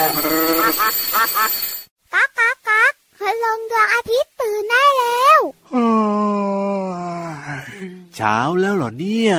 ก๊ากก๊ากก๊ากคืลงดวงอาทิตย์ตื่นได้แล้วเช้าแล้วเหรอเนี่ย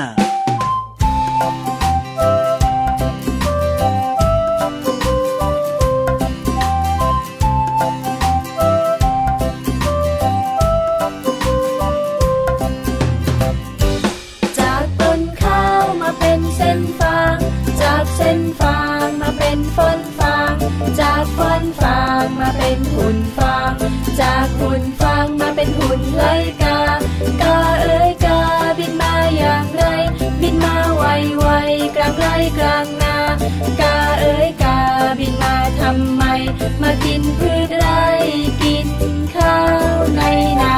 จากฟันฟางมาเป็นหุ่นฟางจากหุ่นฟางมาเป็นหุ่นไลกากาเอ้ยกาบินมาอย่างไรบินมาไวไวกลางไร่กลางนากาเอ้ยกาบินมาทำไมมากินพืชไร่กินข้าวในนา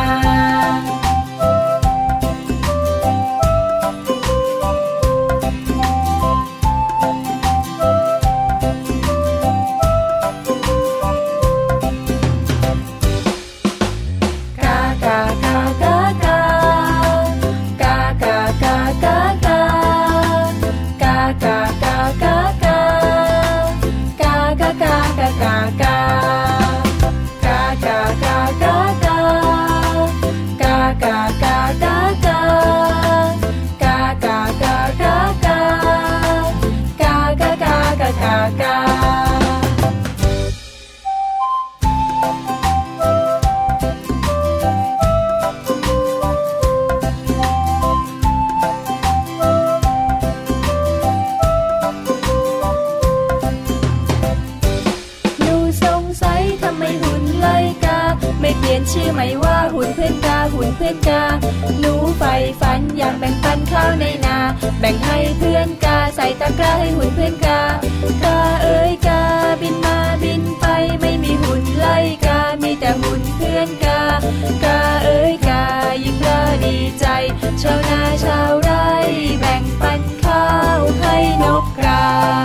ชื่อไหมว่าหุ่นเพื่อนกาหุ่นเพื่อนกาหนูใฝ่ฝันอยากแบ่งปันข้าวในนาแบ่งให้เพื่อนกาใส่ตะกร้าให้หุ่นเพื่อนกากาเอ้ยกาบินมาบินไปไม่มีหุ่นไล่กามีแต่หุ่นเพื่อนกากาเอ้ยกายิ่งละดีใจชาวนาชาวไร่แบ่งปันข้าวให้นกกา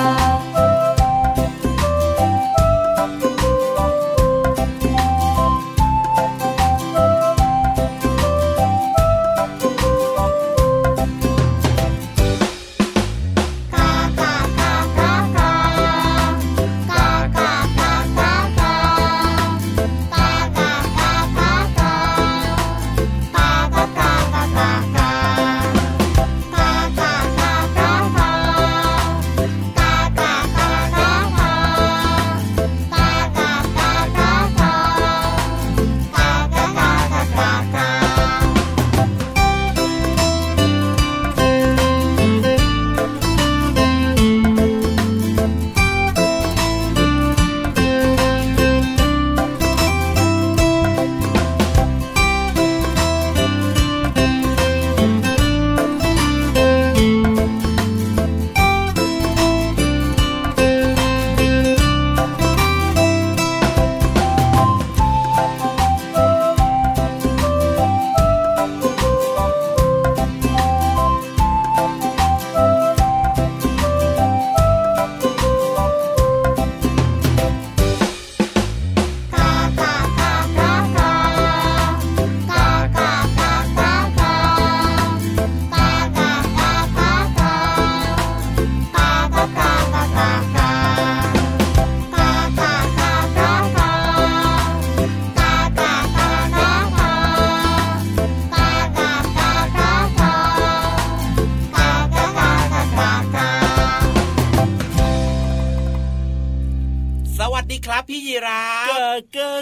พี่ยีราฟเกอ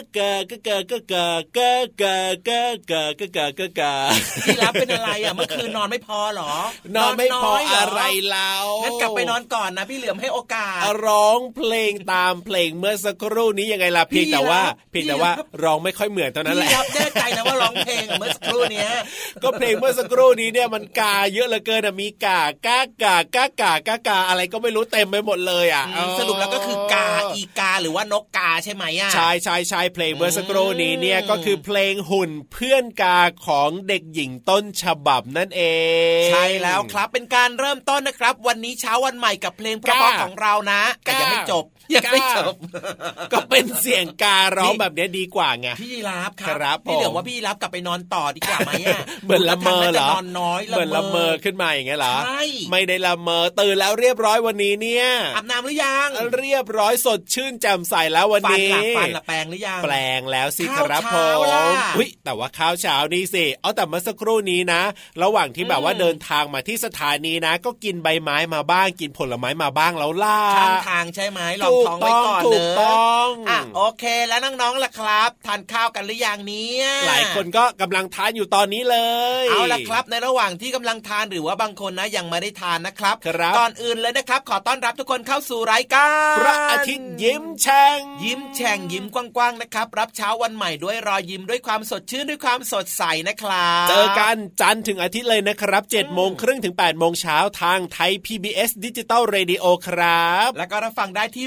พี่รับเป็นอะไรอ่ะเมื่อคืนนอนไม่พอหรอนอนไม่พออะไรแล้วงั้นกลับไปนอนก่อนนะพี่เหลือมให้โอกาสร้องเพลงตามเพลงเมื่อสักครู่นี้ยังไงล่ะเพียงแต่ว่าร้องไม่ค่อยเหมือนเท่านั้นแหละพี่รับแน่ใจนะว่าร้องเพลงเมื่อสักครู่นี้ก็เพลงเมื่อสักครู่นี้เนี่ยมันกาเยอะเหลือเกินมีกากาอะไรก็ไม่รู้เต็มไปหมดเลยอ่ะสรุปแล้วก็คือกาอีกาหรือว่านกกาใช่ไหมอ่ะใช่เพลงเมื่อสักครู่นี้เนี่ยก็คือเพลงหุ่นเพื่อนกาของเด็กหญิงต้นฉบับนั่นเองใช่แล้วครับเป็นการเริ่มต้นนะครับวันนี้เช้าวันใหม่กับเพลงเพราะๆของเรานะแต่ยังไม่จบก็เป็นเสียงการ้องแบบนี้ดีกว่าไงพี่รับครับพี่เหลือว่าพี่รับกลับไปนอนต่อดีกว่าไหมอ่ะเหมือนละเมอเหรอนอนน้อยเหมือนละเมอขึ้นมาอย่างเงี้ยเหรอใช่ไม่ได้ละเมอตื่นแล้วเรียบร้อยวันนี้เนี่ยอาบน้ำหรือยังเรียบร้อยสดชื่นแจ่มใสแล้ววันนี้ฟันละแปลงหรือยังแปลงแล้วสิครับผมแต่ว่าข้าวเช้านี่สิแต่เมื่อสักครู่นี้นะระหว่างที่แบบว่าเดินทางมาที่สถานีนะก็กินใบไม้มาบ้างกินผลไม้มาบ้างแล้วล่ะข้างทางใช่ไหมลองท้องไว้ก่อนเนอะถูกต้องโอเคแล้วน้องๆล่ะครับทานข้าวกันหรือยังเนี่ยหลายคนก็กำลังทานอยู่ตอนนี้เลยเอาล่ะครับในระหว่างที่กำลังทานหรือว่าบางคนนะยังไม่ได้ทานนะครับก่อนอื่นเลยนะครับขอต้อนรับทุกคนเข้าสู่รายการพระอาทิตย์ยิ้มแฉ่งยิ้มกว้างๆนะครับรับเช้าวันใหม่ด้วยรอยยิ้มด้วยความสดชื่นด้วยความสดใสนะครับเจอกันจันทร์ถึงอาทิตย์เลยนะครับ 7:30 นถึง 8:00 นเช้าทางไทย PBS Digital Radio ครับแล้วก็รับฟังได้ที่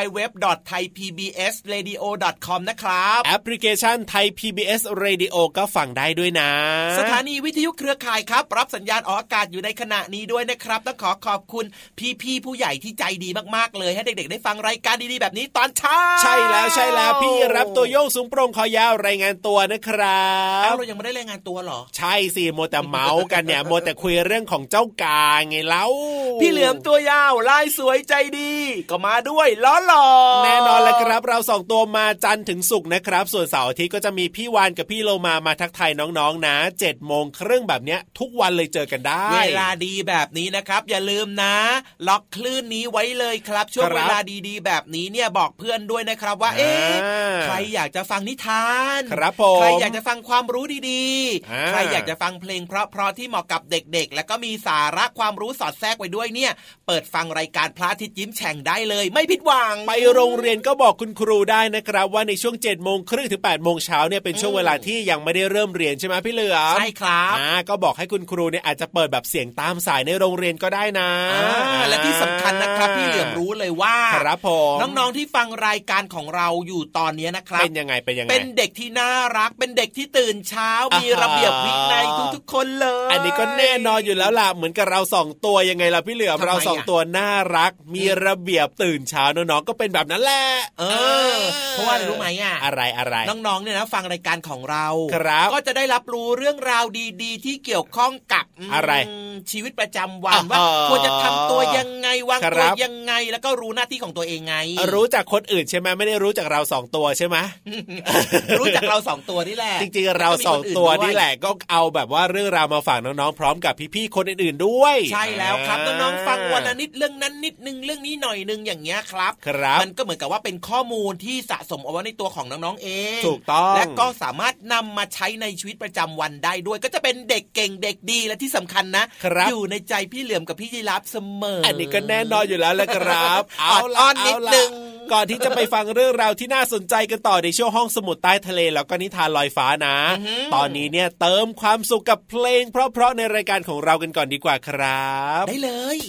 www.thaipbsradio.com นะครับแอปพลิเคชันไทย PBS Radio ก็ฟังได้ด้วยนะสถานีวิทยุเครือข่ายครับรับสัญญาณออกอากาศอยู่ในขณะนี้ด้วยนะครับต้องขอบคุณพี่ผู้ใหญ่ที่ใจดีมากๆเลยให้เด็กๆได้ฟังรายการดีๆแบบนี้ตอนเช้าใช่แล้วพี่รับตัวโยงสูงโปร่งคอยาวรายงานตัวนะครับเรายังไม่ได้รายงานตัวหรอใช่สิโมแต่เมากันเนี่ยโมแต่คุยเรื่องของเจ้ากาไงเล่าพี่เหลือมตัวยาวลายสวยใจดีก็มาด้วยล้อหล่อแน่นอนแล้วครับเรา2ตัวมาจันทร์ถึงศุกร์นะครับส่วนเสาร์อาทิตย์ก็จะมีพี่วานกับพี่โลมาทักทายน้องๆนะ 7:30 แบบเนี้ยทุกวันเลยเจอกันได้เวลาดีแบบนี้นะครับอย่าลืมนะล็อกคลื่นนี้ไว้เลยครับช่วงเวลาดีๆแบบนี้เนี่ยบอกเพื่อนด้วยนะครับว่าใครอยากจะฟังนิทานครับผมใครอยากจะฟังความรู้ดีๆใครอยากจะฟังเพลงเพราะๆที่เหมาะกับเด็กๆแล้วก็มีสาระความรู้สอดแทรกไว้ด้วยเนี่ยเปิดฟังรายการพระอาทิตย์ยิ้มแฉ่งได้เลยไม่ผิดหวังไปโรงเรียนก็บอกคุณครูได้นะครับว่าในช่วง 7:30 ถึง 8:00 นเช้าเนี่ยเป็นช่วงเวลาที่ยังไม่ได้เริ่มเรียนใช่ไหมพี่เหลือใช่ครับก็บอกให้คุณครูเนี่ยอาจจะเปิดแบบเสียงตามสายในโรงเรียนก็ได้นะและที่สำคัญนะครับพี่เหลือรู้เลยว่าครับผมน้องๆที่ฟังรายการของเราอยู่ตอนนี้นะครับเป็นยังไงเป็นเด็กที่น่ารักเป็นเด็กที่ตื่นเช้ามีระเบียบวินัยทุกๆคนเลยอันนี้ก็แน่นอนอยู่แล้วล่ะเหมือนกับเรา2ตัวยังไงล่ะพี่เหลือเรา2ตัวน่ารักมีระเบียบตื่นเช้าน้องๆก็เป็นแบบนั้นแหละเพราะว่ารู้ไหมอะไรน้องๆเนี่ยนะฟังรายการของเราก็จะได้รับรู้เรื่องราวดีๆที่เกี่ยวข้องกับอะไรชีวิตประจำวันว่าควรจะทำตัวยังไงวางตัวยังไงแล้วก็รู้หน้าที่ของตัวเองไงรู้จากคนอื่นใช่ไหมไม่ได้รู้จากเรา2ตัวใช่ไหมรู้จากเรา2ตัวนี่แหละจริงๆเรา2ตัวนี่แหละก็เอาแบบว่าเรื่องราวมาฝากน้องๆพร้อมกับพี่ๆคนอื่นๆด้วยใช่แล้วครับน้องๆฟังวันละนิดเรื่องนั้นนิดนึงเรื่องนี้หน่อยนึงอย่างเงี้ยครับมันก็เหมือนกับว่าเป็นข้อมูลที่สะสมเอาไว้ในตัวของน้องๆเองถูกต้องและก็สามารถนำมาใช้ในชีวิตประจำวันได้ด้วยก็จะเป็นเด็กเก่งเด็กดีและที่สำคัญนะอยู่ในใจพี่เหลือมกับพี่ยีราฟเสมออันนี้ก็แน่นอนอยู่แล้วแหละครับเอานิดนึงก่อนที่จะไปฟังเรื่องราวที่น่าสนใจกันต่อในช่วงห้องสมุดใต้ทะเลแล้วก็นิทานลอยฟ้านะตอนนี้เนี่ยเติมความสุขกับเพลงเพราะๆในรายการของเรากันก่อนดีกว่าครับได้เลย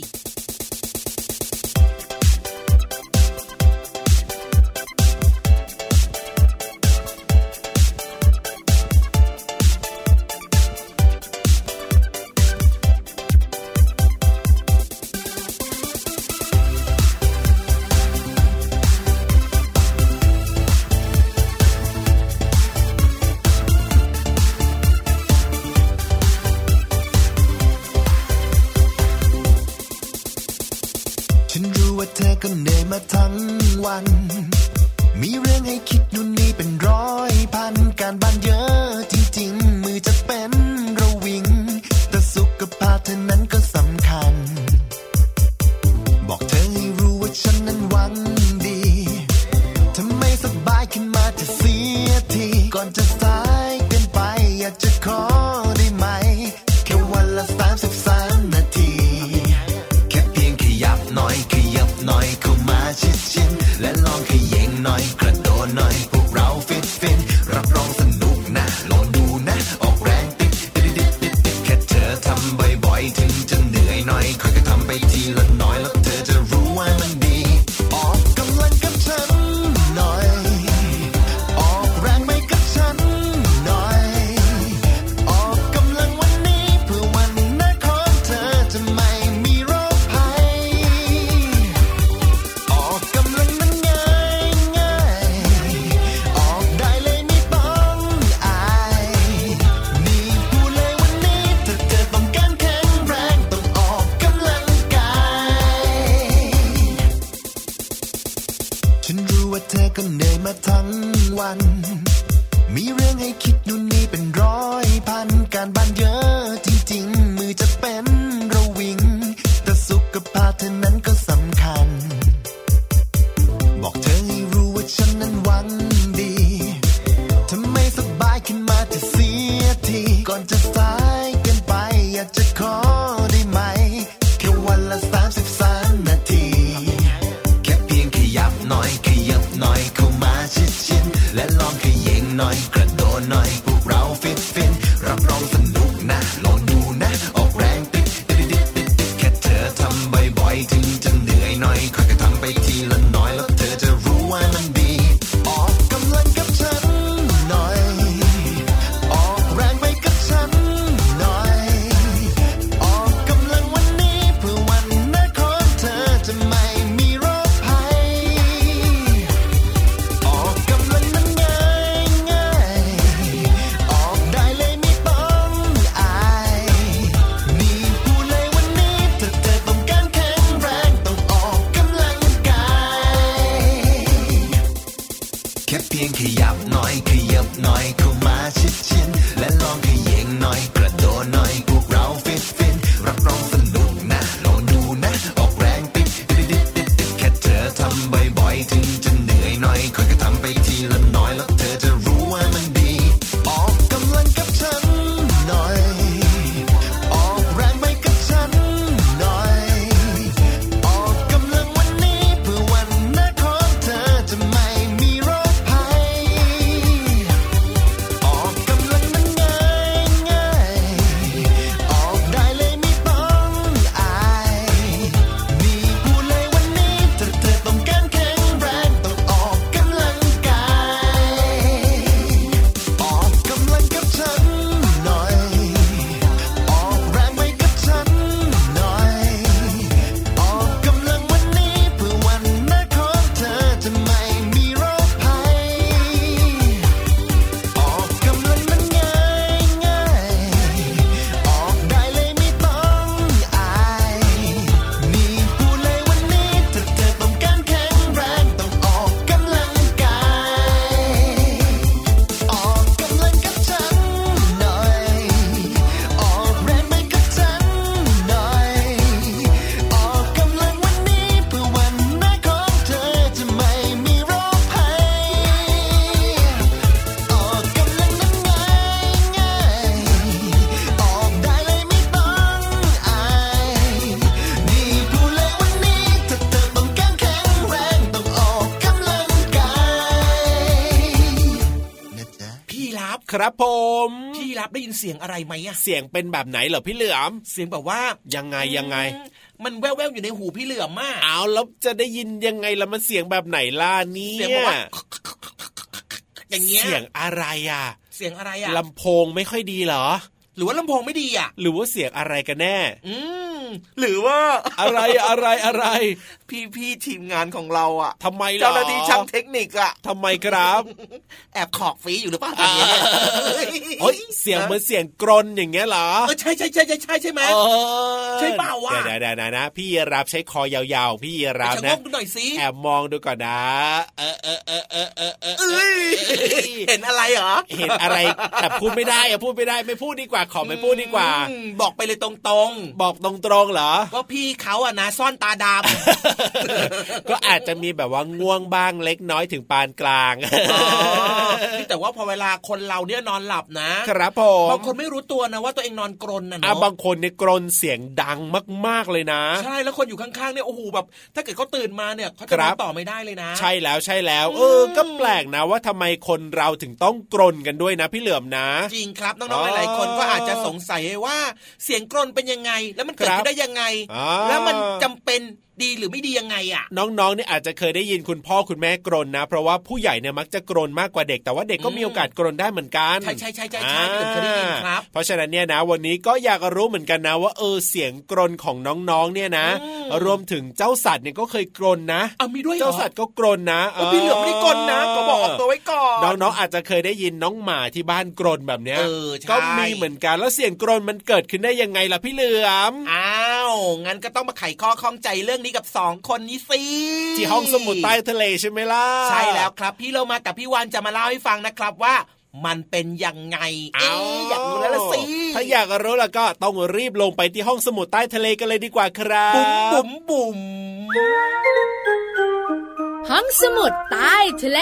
เธอก็เหนื่อยมาทั้งวันมีเรื่องให้คิดนู่นนี่เป็นร้อยพันการบ้านเยอะจริงๆมือจะเป็นระวิงแต่สุขภาพเธอนั้นก็สำคัญบอกเธอให้รู้ว่าฉันนั้นหวังดีถ้าไม่สบายขึ้นมาจะเสียทีก่อนจะสายเกินไปอยากจะขอได้ไหมแค่วันละ33 นาทีแค่เพียงขยับหน่อยเข้ามาชิดๆและลองขย่งหน่อยกระโดดหน่อยพวกเราฟินรับรองสนุกนะลองดูนะออกแรงติดแค่เธอทำบ่อยๆถึงจะเหนื่อยหน่อยค่อยๆทำไปทีละน้อยแล้วเธอจะรู้ว่ามันดีออกกำลังกับฉันหน่อยออกแรงไปกับฉันหน่อยออกกำลังวันนี้เพื่อวันหน้าของเธอจะไม่มีโรคภัยออกกำลังมันง่ายฉันรู้ว่าเธอก็เหนื่อยมาทั้งวันมีเรื่องให้คิดนู่นนี่เป็นร้อยพันการบ้านเยอะจริงๆมือจะเป็นระวิงแต่สุขภาพเธอนั้นก็สำคัญบอกเธอให้รู้ว่าฉันนั้นหวังดีถ้าไม่สบายขึ้นมาจะเสียทีก่อนจะสายเกินไปอยากจะขอได้ไหมแค่วันละ33 นาทีแค่เพียงขยับหน่อยขยับหน่อยเข้ามาชิดๆและลองขยิงหน่อยกระโดดหน่อยพวกเราฟินรับรองสนุกนะลองดูนะออกแรงติดแค่เธอทำบ่อยๆถึงจะเหนื่อยหน่อยค่อยๆทำไปทีละน้อยแล้วเธอจะรู้ว่ามันดีออกกำลังกับฉันหน่อยออกแรงไปกับฉันหน่อยออกกำลังวันนี้เพื่อวันหน้าของเธอจะไม่มีโรคภัยออกกำลังนั้นง่ายออกได้เลยไม่ต้องอายนี่พูดเลยวันนี้ถ้าเธอต้องการแข็งแรงต้องออกกำลังกายแค่เพียงขยับหน่อยขยับหน่อยเข้ามาชิดๆและลองขยิงหน่อยกระโดดหน่อยพวกเราฟินรับรองสนุกนะลองดูนะออกแรงติดแค่เธอทำบ่อยๆถึงจะเหนื่อยหน่อยค่อยๆทำไปทีละน้อยแล้วเธอจะรู้ว่ามันดีออกกำลังกับฉันหน่อยออกแรงไปกับฉันหน่อยออกกำลังวันนี้เพื่อวันหน้าของเธอจะไม่มีโรคภัยออกกำลังนั้นง่ายออกได้เลยไม่ต้องอายนี่พูดเลยวันนี้ถ้าเธอต้องการแข็งแรงต้องออกกำลังกายออกกำลังกับฉันหน่อยออกแรงไปกับฉันหน่อยออกกำลังวันนี้เพื่อวันหน้าของเธอจะไม่มีโรคภัยออกกำลังนั้นง่ายออกได้เลยไม่ต้องอายนี่พูดเลยวันนี้ถ้าเธอต้องการแข็งแรงต้องออกกำลังกายออกกำลังกับฉันหน่อยออกแรงไปกับฉันหน่อยออกกำลังวันนี้เพื่อวันหน้าของเธอจะไม่มีโรคภัยออกกำลังนั้นง่ายออกได้เลยไม่ต้องอายนี่พูดเลยวันนี้ถ้าเธอต้องการแข็งแรงต้องออกกำลังกายนะจ๊ะพี่รับครับผมพี่รับได้ยินเสียงอะไรไหมอะเสียงเป็นแบบไหนเหรอพี่เหลือมเสียงแบบว่ายังไงมันแว่วๆอยู่ในหูพี่เหลือมมากเอาแล้วจะได้ยินยังไงล่ะมันเสียงแบบไหนล่ะเนี่เสียงยแบบว่าอย่างเงี้ยเสียงอะไรอ่ะเสียงอะไรอะลำโพงไม่ค่อยดีเหรอหรือว่าลำโพงไม่ดีอะหรือว่าเสียงอะไรกันแน่หรือว่าอะไรพี่ทีมงานของเราอะทำไมเหรอเจ้าหน้าที่ช่างเทคนิคอะทำไมครับแอบขอกฟรีอยู่หรือเปล่าตอนนี้เฮ้ยเสียงเหมือนเสียงกรนอย่างเงี้ยเหรอใช่ใช่ไหม ใช่เปล่าวะเดี๋ยวนะพี่รับใช้คอยาวๆพี่รับจะงนะงดูหน่อยสิแอบมองดูก่อนนะเห็นอะไรเหรอเห็นอะไรแต่พูดไม่ได้ไม่พูดดีกว่าขอไม่พูดดีกว่าบอกไปเลยตรงบอกตรงๆเหรอว่าพี่เขาอะนะซ่อนตาดำก็อาจจะมีแบบว่าง่วงบ้างเล็กน้อยถึงปานกลางแต่ว่าพอเวลาคนเราเนี่ยนอนหลับนะครับผมบางคนไม่รู้ตัวนะว่าตัวเองนอนกรนนะเนาะบางคนเนี่ยกรนเสียงดังมากๆเลยนะใช่แล้วคนอยู่ข้างๆเนี่ยโอ้โหแบบถ้าเกิดเขาตื่นมาเนี่ยเขาจะนอนต่อไม่ได้เลยนะใช่แล้วก็แปลกนะว่าทำไมคนเราถึงต้องกรนกันด้วยนะพี่เหลือมนะจริงครับน้องๆหลายๆคนก็อาจจะสงสัยว่าเสียงกรนเป็นยังไงแล้วมันเกิดขึ้นได้ยังไงแล้วมันจำเป็นดีหรือไม่ดียังไงอ่ะน้องๆเนี่ยอาจจะเคยได้ยินคุณพ่อคุณแม่กรนนะเพราะว่าผู้ใหญ่เนี่ยมักจะกรนมากกว่าเด็กแต่ว่าเด็กก็มีโอกาสกรนได้เหมือนกันใช่เคยได้ยินครับเพราะฉะนั้นเนี่ยนะวันนี้ก็อยากรู้เหมือนกันนะว่าเสียงกรนของน้องๆเนี่ยนะรวมถึงเจ้าสัตว์เนี่ยก็เคยกรนนะมีด้วยเหรอเจ้าสัตว์ก็กรนนะพี่เหลือมไม่ได้กรนนะก็บอกออกตัวไว้ก่อนน้องๆอาจจะเคยได้ยินน้องหมาที่บ้านกรนแบบเนี้ยก็มีเหมือนกันแล้วเสียงกรนมันเกิดขึ้นได้ยังไงล่ะพี่เหลือมงั้นก็ต้องมาไขข้อข้องใจเรื่องนี้นี้กับ2คนนี้สิที่ห้องสมุดใต้ทะเลใช่ไหมล่ะใช่แล้วครับพี่โลมากับพี่วานจะมาเล่าให้ฟังนะครับว่ามันเป็นยังไงอยากรู้แล้วล่ะสิถ้าอยากรู้แล้วก็ต้องรีบลงไปที่ห้องสมุดใต้ทะเลกันเลยดีกว่าครับบุ๋มบุ๋มห้องสมุดใต้ทะเล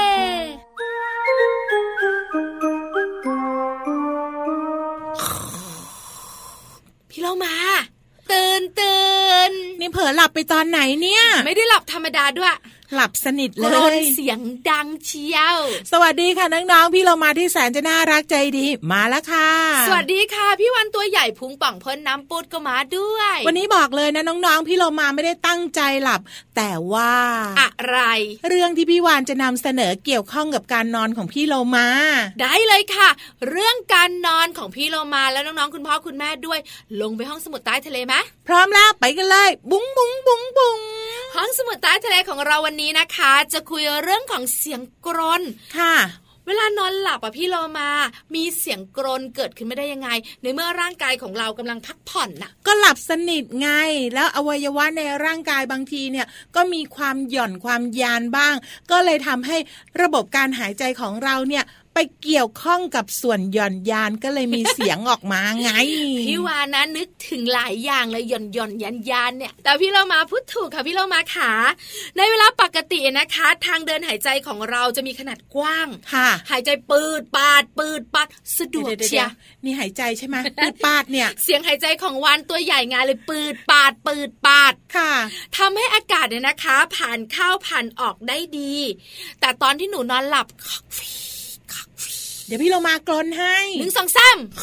พี่เรามาตื่นนี่เผลอหลับไปตอนไหนเนี่ยไม่ได้หลับธรรมดาด้วยหลับสนิทเลยเสียงดังเชียวสวัสดีค่ะน้องๆพี่เรามาที่แสนจะน่ารักใจดีมาแล้วค่ะสวัสดีค่ะพี่วันตัวใหญ่พุงป่องพ่นน้ำปูดก็มาด้วยวันนี้บอกเลยนะน้องๆพี่เรามาไม่ได้ตั้งใจหลับแต่ว่าอะไรเรื่องที่พี่วานจะนำเสนอเกี่ยวข้องกับการนอนของพี่เรามาได้เลยค่ะเรื่องการนอนของพี่เรามาแล้วน้องๆคุณพ่อคุณแม่ด้วยลงไปห้องสมุดใต้ทะเลไหมพร้อมแล้วไปกันเลยบุ้งบุ้งบุ้งบุ้งห้องสมุดใต้ทะเลของเราวันนี้นะคะจะคุยเรื่องของเสียงกรนค่ะเวลานอนหลับพี่โลมามีเสียงกรนเกิดขึ้นไม่ได้ยังไงในเมื่อร่างกายของเรากำลังพักผ่อนน่ะก็หลับสนิทไงแล้วอวัยวะในร่างกายบางทีเนี่ยก็มีความหย่อนความยานบ้างก็เลยทำให้ระบบการหายใจของเราเนี่ยไปเกี่ยวข้องกับส่วนหย่อนยานก็เลยมีเสียงออกมาไงพี่วานะนึกถึงหลายอย่างเลยหย่อนยานเนี่ยแต่พี่เรามาพูดถูกค่ะพี่เรามาขาในเวลาปกตินะคะทางเดินหายใจของเราจะมีขนาดกว้างค่ะหายใจปืดปาดสะดวกเชียนี่หายใจใช่ไหมปืดปาดเนี่ยเสียงหายใจของวานตัวใหญ่งานเลยปืดปาดค่ะทำให้อากาศเนี่ยนะคะผ่านเข้าผ่านออกได้ดีแต่ตอนที่หนูนอนหลับเดี๋ยวพี่เรามากรนให้ 1 2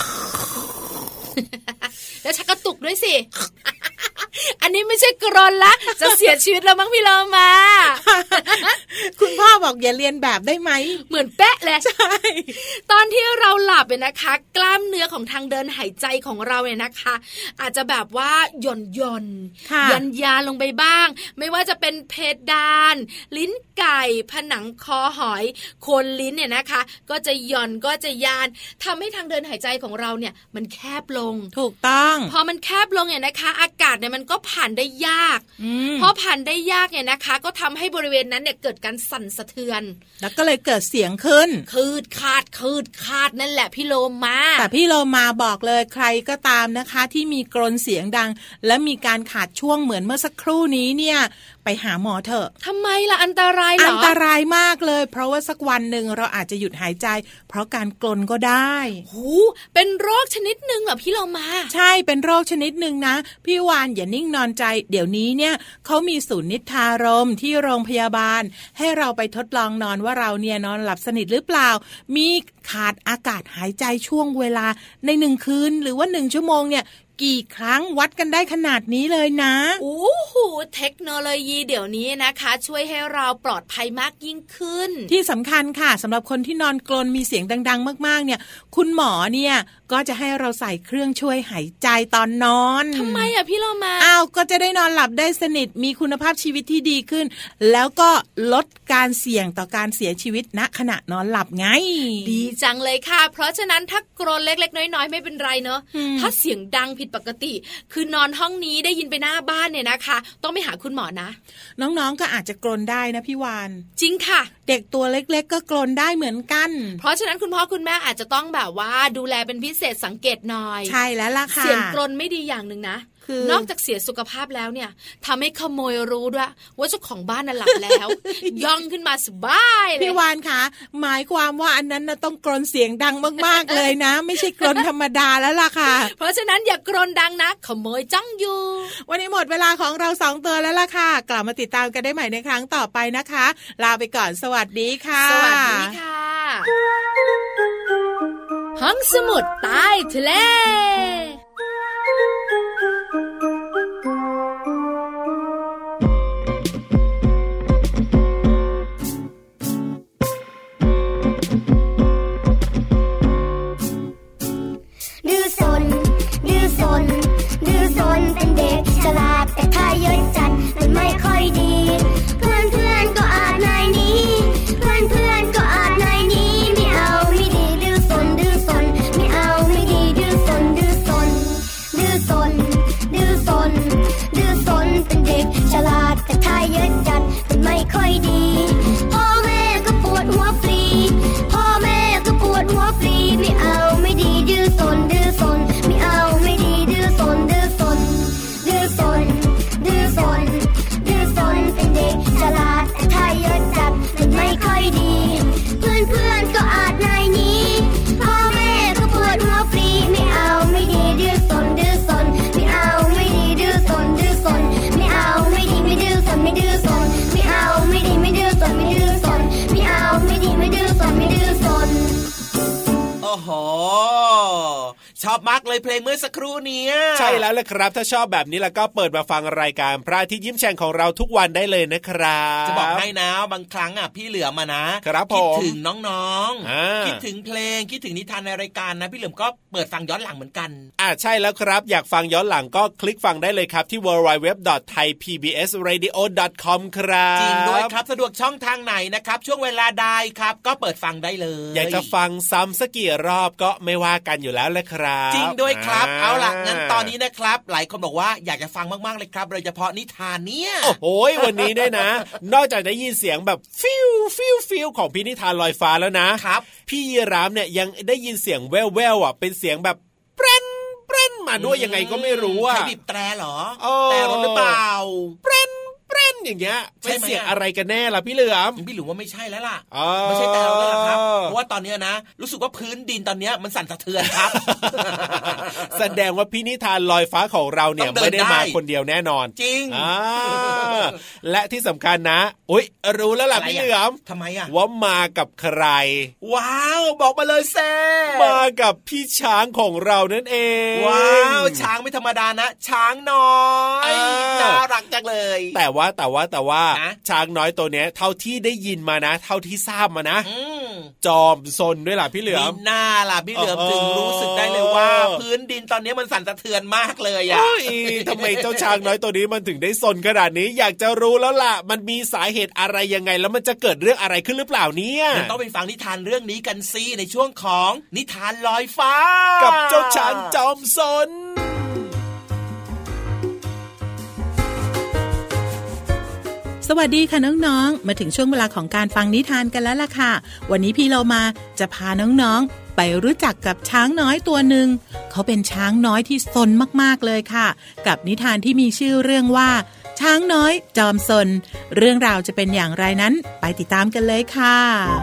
3แล้วชักกระตุกด้วยสิอันนี้ไม่ใช่กรนละจะเสียชีวิตแล้วมั้งพี่เรามาคุณพ่อบอกอย่าเรียนแบบได้ไหมเหมือนเป๊ะเลยใช่ตอนที่เราหลับเนี่ยนะคะกล้ามเนื้อของทางเดินหายใจของเราเนี่ยนะคะอาจจะแบบว่าหย่อนยานลงไปบ้างไม่ว่าจะเป็นเพดานลิ้นไก่ผนังคอหอยโคนลิ้นเนี่ยนะคะก็จะหย่อนก็จะยานทำให้ทางเดินหายใจของเราเนี่ยมันแคบลงถูกต้องพอมันแคบลงเนี่ยนะคะอากาศเนี่ยมันก็ผ่านได้ยากพอผ่านได้ยากเนี่ยนะคะก็ทำให้บริเวณนั้นเนี่ยเกิดการสั่นสะเทือนแล้วก็เลยเกิดเสียงขึ้นคืดขาดนั่นแหละพี่โลมาแต่พี่โลมาบอกเลยใครก็ตามนะคะที่มีกรนเสียงดังและมีการขาดช่วงเหมือนเมื่อสักครู่นี้เนี่ยไปหาหมอเถอะทำไมล่ะอันตรายเหรออันตรายมากเลยเพราะว่าสักวันหนึ่งเราอาจจะหยุดหายใจเพราะการกรนก็ได้หูเป็นโรคชนิดหนึ่งเหรอพี่โลมาใช่เป็นโรคชนิดหนึ่งนะพี่วานอย่านิ่งนอนใจเดี๋ยวนี้เนี่ยเขามีศูนย์นิทารมที่โรงพยาบาลให้เราไปทดลองนอนว่าเราเนี่ยนอนหลับสนิทหรือเปล่ามีขาดอากาศหายใจช่วงเวลาใน1 คืนหรือว่า1 ชั่วโมงเนี่ยกี่ครั้งวัดกันได้ขนาดนี้เลยนะโอ้โหเทคโนโลยีเดี๋ยวนี้นะคะช่วยให้เราปลอดภัยมากยิ่งขึ้นที่สำคัญค่ะสำหรับคนที่นอนกรนมีเสียงดังๆมากๆเนี่ยคุณหมอเนี่ยก็จะให้เราใส่เครื่องช่วยหายใจตอนนอนทำไมอ่ะพี่เรามาก็จะได้นอนหลับได้สนิทมีคุณภาพชีวิตที่ดีขึ้นแล้วก็ลดการเสี่ยงต่อการเสียชีวิตณขณะนอนหลับไงดีจังเลยค่ะเพราะฉะนั้นถ้ากรนเล็กๆน้อยๆไม่เป็นไรเนอะถ้าเสียงดังผิดปกติคือนอนห้องนี้ได้ยินไปหน้าบ้านเนี่ยนะคะต้องไปหาคุณหมอนะน้องๆก็อาจจะกรนได้นะพี่วานจริงค่ะเด็กตัวเล็กๆก็กรนได้เหมือนกันเพราะฉะนั้นคุณพ่อคุณแม่อาจจะต้องแบบว่าดูแลเป็นพิเศษสังเกตหน่อยใช่แล้วล่ะค่ะเสียงกรนไม่ดีอย่างนึงนะนอกจากเสียสุขภาพแล้วเนี่ยทำให้ขโมยรู้ด้วยว่าเจ้าของบ้านน่ะหลับแล้ว ย่องขึ้นมาสบายเลยพี่วานคะหมายความว่าอันนั้นต้องกรนเสียงดังมากๆเลยนะไม่ใช่กรนธรรมดาแล้วล่ะค่ะเพราะฉะนั้นอย่ากรนดังนะขโมยจ้องอยู่วันนี้หมดเวลาของเรา2 ตัวแล้วล่ะค่ะกลับมาติดตามกันได้ใหม่ในครั้งต่อไปนะคะลาไปก่อนสวัสดีค่ะสวัสดีค่ะห้องสมุดใต้ทะเลเป็นเด็กฉลาดแต่ถ้าเยอะจัดมันไม่ค่อยดีเพื่อนก็อาจนายนี้เพื่อนก็อาจนายนี้ไม่เอาไม่ดีดื้อสนไม่เอาไม่ดีดื้อสนอบมากเลยเพลงเมื่อสักครู่นี้ใช่แล้วแหละครับถ้าชอบแบบนี้แล้วก็เปิดมาฟังรายการพระอาทิตย์ยิ้มแฉ่งของเราทุกวันได้เลยนะครับจะบอกให้นะบางครั้งพี่เหลือมนะครับคิดถึงน้องๆคิดถึงเพลงคิดถึงนิทานในรายการนะพี่เหลือมก็เปิดฟังย้อนหลังเหมือนกันใช่แล้วครับอยากฟังย้อนหลังก็คลิกฟังได้เลยครับที่ www.thaipbsradio.com ครับจริงด้วยครับสะดวกช่องทางไหนนะครับช่วงเวลาใดครับก็เปิดฟังได้เลยอยากจะฟังซ้ำสักกี่รอบก็ไม่ว่ากันอยู่แล้วแหละครับจริงด้วยครับเอาล่ะงั้นตอนนี้นะครับหลายคนบอกว่าอยากจะฟังมากๆเลยครับโดยเฉพาะนิทานเนี่ยโอ้โหวันนี้ได้นะนอกจากได้ยินเสียงแบบฟิวฟิวฟิวของพี่นิทานลอยฟ้าแล้วนะครับพี่ยีรามเนี่ยยังได้ยินเสียงแว่วๆเป็นเสียงแบบเปรนเปรนมาด้วยยังไงก็ไม่รู้ใช่บีบแตรเหรอแต่รถหรือเปล่าเปรนเปรนอย่างเงี้ยเป็นเสียงอะไรกันแน่ล่ะพี่เหลือมพี่เหลือมว่าไม่ใช่แล้วล่ะไม่ใช่แต่เราแล้วล่ะครับเพราะว่าตอนนี้นะรู้สึกว่าพื้นดินตอนนี้มันสั่นสะเทือนครับแสดงว่าพี่นิทานลอยฟ้าของเราเนี่ยไม่ได้มาคนเดียวแน่นอนจริงและที่สำคัญนะอุ๊ยรู้แล้วล่ะพี่เหลือมทำไมว่ามากับใครว้าวบอกมาเลยแซ่มากับพี่ช้างของเรานั่นเองว้าวช้างไม่ธรรมดานะช้างน้อยน่ารักจังเลยแต่ว่าช้างน้อยตัวเนี้ยเท่าที่ได้ยินมานะเท่าที่ทราบมานะจอมซนด้วยล่ะพี่เหลือมหน้าล่ะพี่เหลือมถึงรู้สึกได้เลยว่าพื้นดินตอนนี้มันสั่นสะเทือนมากเลยทำไมเจ้าช้างน้อยตัวนี้มันถึงได้ซนขนาดนี้อยากจะรู้แล้วล่ะมันมีสาเหตุอะไรยังไงแล้วมันจะเกิดเรื่องอะไรขึ้นหรือเปล่าเนี่ยต้องไปฟังนิทานเรื่องนี้กันสิในช่วงของนิทานลอยฟ้ากับเจ้าช้างจอมซนสวัสดีค่ะน้องๆมาถึงช่วงเวลาของการฟังนิทานกันแล้วล่ะค่ะวันนี้พี่เรามาจะพาน้องๆไปรู้จักกับช้างน้อยตัวหนึ่งเขาเป็นช้างน้อยที่ซนมากๆเลยค่ะกับนิทานที่มีชื่อเรื่องว่าช้างน้อยจอมซนเรื่องราวจะเป็นอย่างไรนั้นไปติดตามกันเลยค่ะ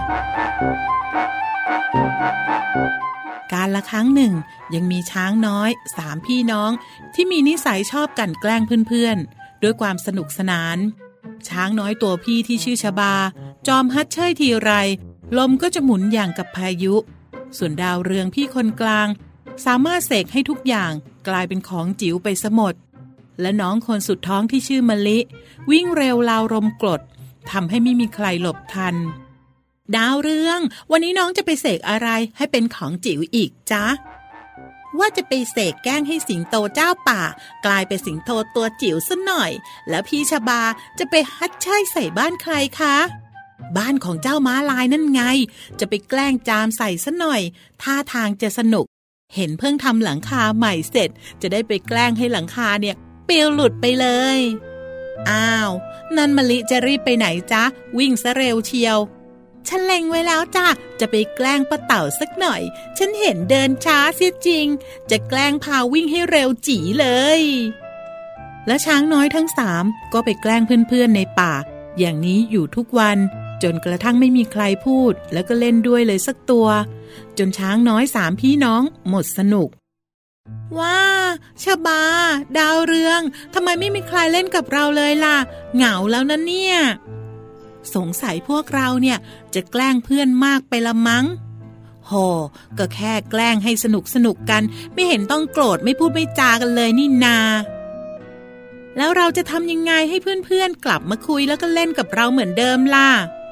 กาลครั้งหนึ่งยังมีช้างน้อย3พี่น้องที่มีนิสัยชอบกลั่นแกล้งเพื่อนๆด้วยความสนุกสนานช้างน้อยตัวพี่ที่ชื่อชบาจอมฮัดเชยทีไรลมก็จะหมุนอย่างกับพายุส่วนดาวเรืองพี่คนกลางสามารถเสกให้ทุกอย่างกลายเป็นของจิ๋วไปซะหมดและน้องคนสุดท้องที่ชื่อมะลิวิ่งเร็วราวลมกรดทำให้ไม่มีใครหลบทันดาวเรืองวันนี้น้องจะไปเสกอะไรให้เป็นของจิ๋วอีกจ๊ะว่าจะไปเสกแกล้งให้สิงโตเจ้าป่ากลายเป็นสิงโตตัวจิ๋วซะหน่อยแล้วพี่ชบาจะไปฮัดเชยใส่บ้านใครคะบ้านของเจ้าม้าลายนั่นไงจะไปแกล้งจามใส่ซะหน่อยท่าทางจะสนุกเห็นเพิ่งทำหลังคาใหม่เสร็จจะได้ไปแกล้งให้หลังคาเนี่ยปลิวหลุดไปเลยอ้าวนันมะลิจะรีบไปไหนจ๊ะวิ่งซะเร็วเชียวฉันเล็งไว้แล้วจ้ะจะไปแกล้งป้าเต่าสักหน่อยฉันเห็นเดินช้าเสียจริงจะแกล้งพาวิ่งให้เร็วจี๋เลยและช้างน้อยทั้ง3ก็ไปแกล้งเพื่อนๆในป่าอย่างนี้อยู่ทุกวันจนกระทั่งไม่มีใครพูดแล้วก็เล่นด้วยเลยสักตัวจนช้างน้อย3พี่น้องหมดสนุกว้าชบาดาวเรืองทำไมไม่มีใครเล่นกับเราเลยล่ะเหงาแล้วนะเนี่ยสงสัยพวกเราเนี่ยจะแกล้งเพื่อนมากไปละมั้งโหก็แค่แกล้งให้สนุกกันไม่เห็นต้องโกรธไม่พูดไม่จากันเลยนี่นาแล้วเราจะทำยังไงให้เพื่อนๆกลับมาคุยแล้วก็เล่นกับเราเหมือนเดิมล่ะ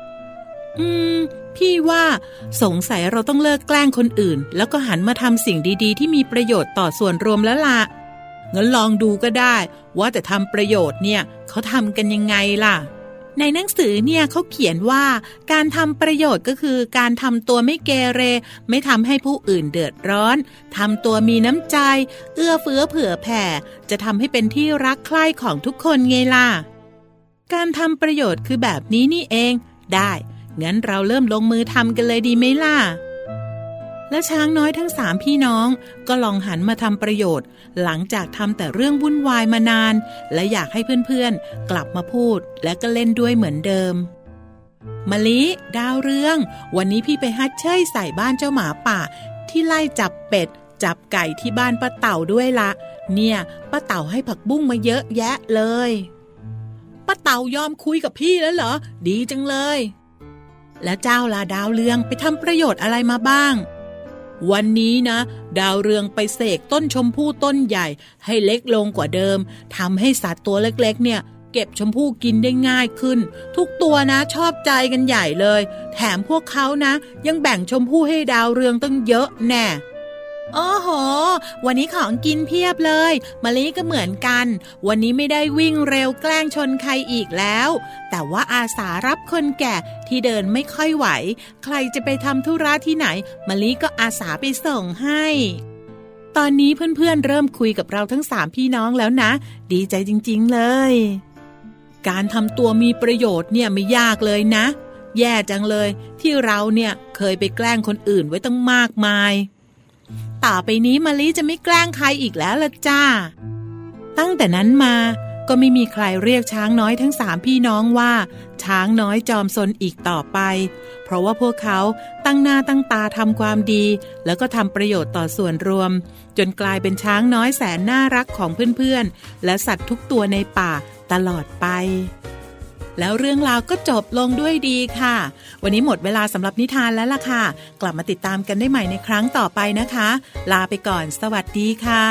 พี่ว่าสงสัยเราต้องเลิกแกล้งคนอื่นแล้วก็หันมาทำสิ่งดีๆที่มีประโยชน์ต่อส่วนรวมแล้วล่ะงั้นลองดูก็ได้ว่าแต่ทำประโยชน์เนี่ยเขาทำกันยังไงล่ะในหนังสือเนี่ยเขาเขียนว่าการทำประโยชน์ก็คือการทำตัวไม่เกเรไม่ทำให้ผู้อื่นเดือดร้อนทำตัวมีน้ำใจเอื้อเฟื้อเผื่อแผ่จะทำให้เป็นที่รักใคร่ของทุกคนไงล่ะการทำประโยชน์คือแบบนี้นี่เองได้งั้นเราเริ่มลงมือทำกันเลยดีไหมล่ะและช้างน้อยทั้ง3พี่น้องก็ลองหันมาทำประโยชน์หลังจากทำแต่เรื่องวุ่นวายมานานและอยากให้เพื่อนๆกลับมาพูดและก็เล่นด้วยเหมือนเดิมมะลิดาวเรืองวันนี้พี่ไปฮัดเชยใส่บ้านเจ้าหมาป่าที่ไล่จับเป็ดจับไก่ที่บ้านป้าเต่าด้วยละเนี่ยป้าเต่าให้ผักบุ้งมาเยอะแยะเลยป้าเต่ายอมคุยกับพี่แล้วเหรอดีจังเลยแล้วเจ้าล่ะดาวเรืองไปทำประโยชน์อะไรมาบ้างวันนี้นะดาวเรืองไปเสกต้นชมพู่ต้นใหญ่ให้เล็กลงกว่าเดิมทำให้สัตว์ตัวเล็กๆเนี่ยเก็บชมพู่กินได้ง่ายขึ้นทุกตัวนะชอบใจกันใหญ่เลยแถมพวกเขานะยังแบ่งชมพู่ให้ดาวเรืองตั้งเยอะแน่โอ้โหวันนี้ของกินเพียบเลยมะลิก็เหมือนกันวันนี้ไม่ได้วิ่งเร็วแกล้งชนใครอีกแล้วแต่ว่าอาสารับคนแก่ที่เดินไม่ค่อยไหวใครจะไปทำธุระที่ไหนมะลิก็อาสาไปส่งให้ตอนนี้เพื่อนๆเริ่มคุยกับเราทั้ง3พี่น้องแล้วนะดีใจจริงๆเลยการทำตัวมีประโยชน์เนี่ยไม่ยากเลยนะแย่จังเลยที่เราเนี่ยเคยไปแกล้งคนอื่นไว้ตั้งมากมายต่อไปนี้มะลิจะไม่แกล้งใครอีกแล้วล่ะจ้าตั้งแต่นั้นมาก็ไม่มีใครเรียกช้างน้อยทั้ง3พี่น้องว่าช้างน้อยจอมซนอีกต่อไปเพราะว่าพวกเขาตั้งหน้าตั้งตาทำความดีแล้วก็ทำประโยชน์ต่อส่วนรวมจนกลายเป็นช้างน้อยแสนน่ารักของเพื่อนๆและสัตว์ทุกตัวในป่าตลอดไปแล้วเรื่องราวก็จบลงด้วยดีค่ะวันนี้หมดเวลาสำหรับนิทานแล้วล่ะค่ะกลับมาติดตามกันได้ใหม่ในครั้งต่อไปนะคะลาไปก่อนสวัสดีค่ะ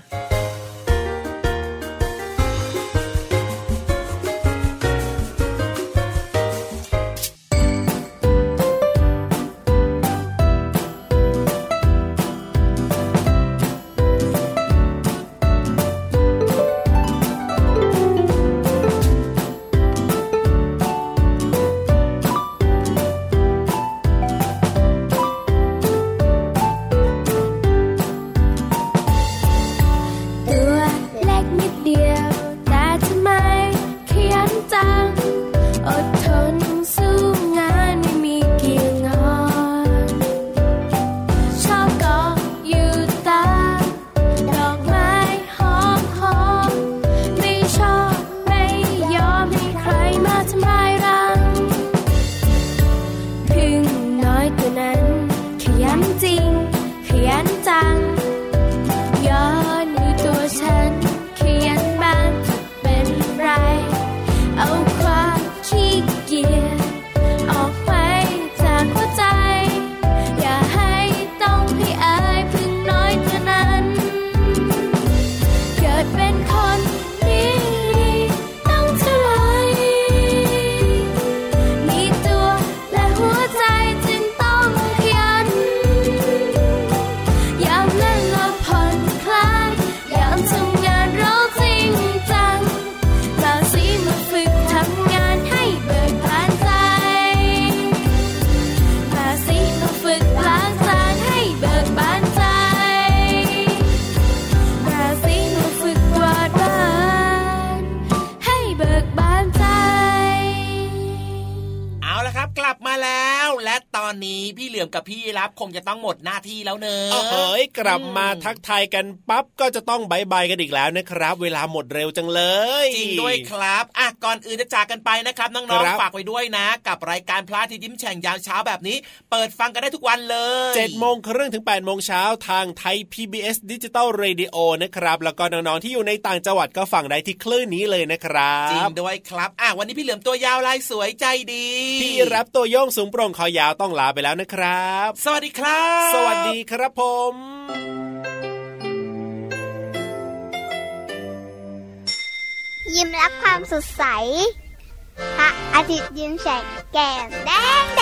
พี่เหลือมกับพี่รับคงจะต้องหมดหน้าที่แล้วเนอะเฮ้ยกลับมาทักทายกันปั๊บก็จะต้องบายบายกันอีกแล้วนะครับเวลาหมดเร็วจังเลยจริงด้วยครับก่อนอื่นจะจากกันไปนะครับน้องๆฝากไว้ด้วยนะกับรายการพระอาทิตย์ยิ้มแฉ่งยามเช้าแบบนี้เปิดฟังกันได้ทุกวันเลย 7:30 ถึง 8:00 นทางไทย PBS Digital Radio นะครับแล้วก็น้องๆที่อยู่ในต่างจังหวัดก็ฟังได้ที่คลื่นนี้เลยนะครับจริงด้วยครับวันนี้พี่เหลือมตัวยาวลายสวยใจดีพี่รับตัวโยงสูงโปร่งคอยาวต้องลาไปแล้วนะครับสวัสดีครับสวัสดีครับผมยิ้มรับความสดใสพระอาทิตย์ยิ้มแฉกแก้มแดง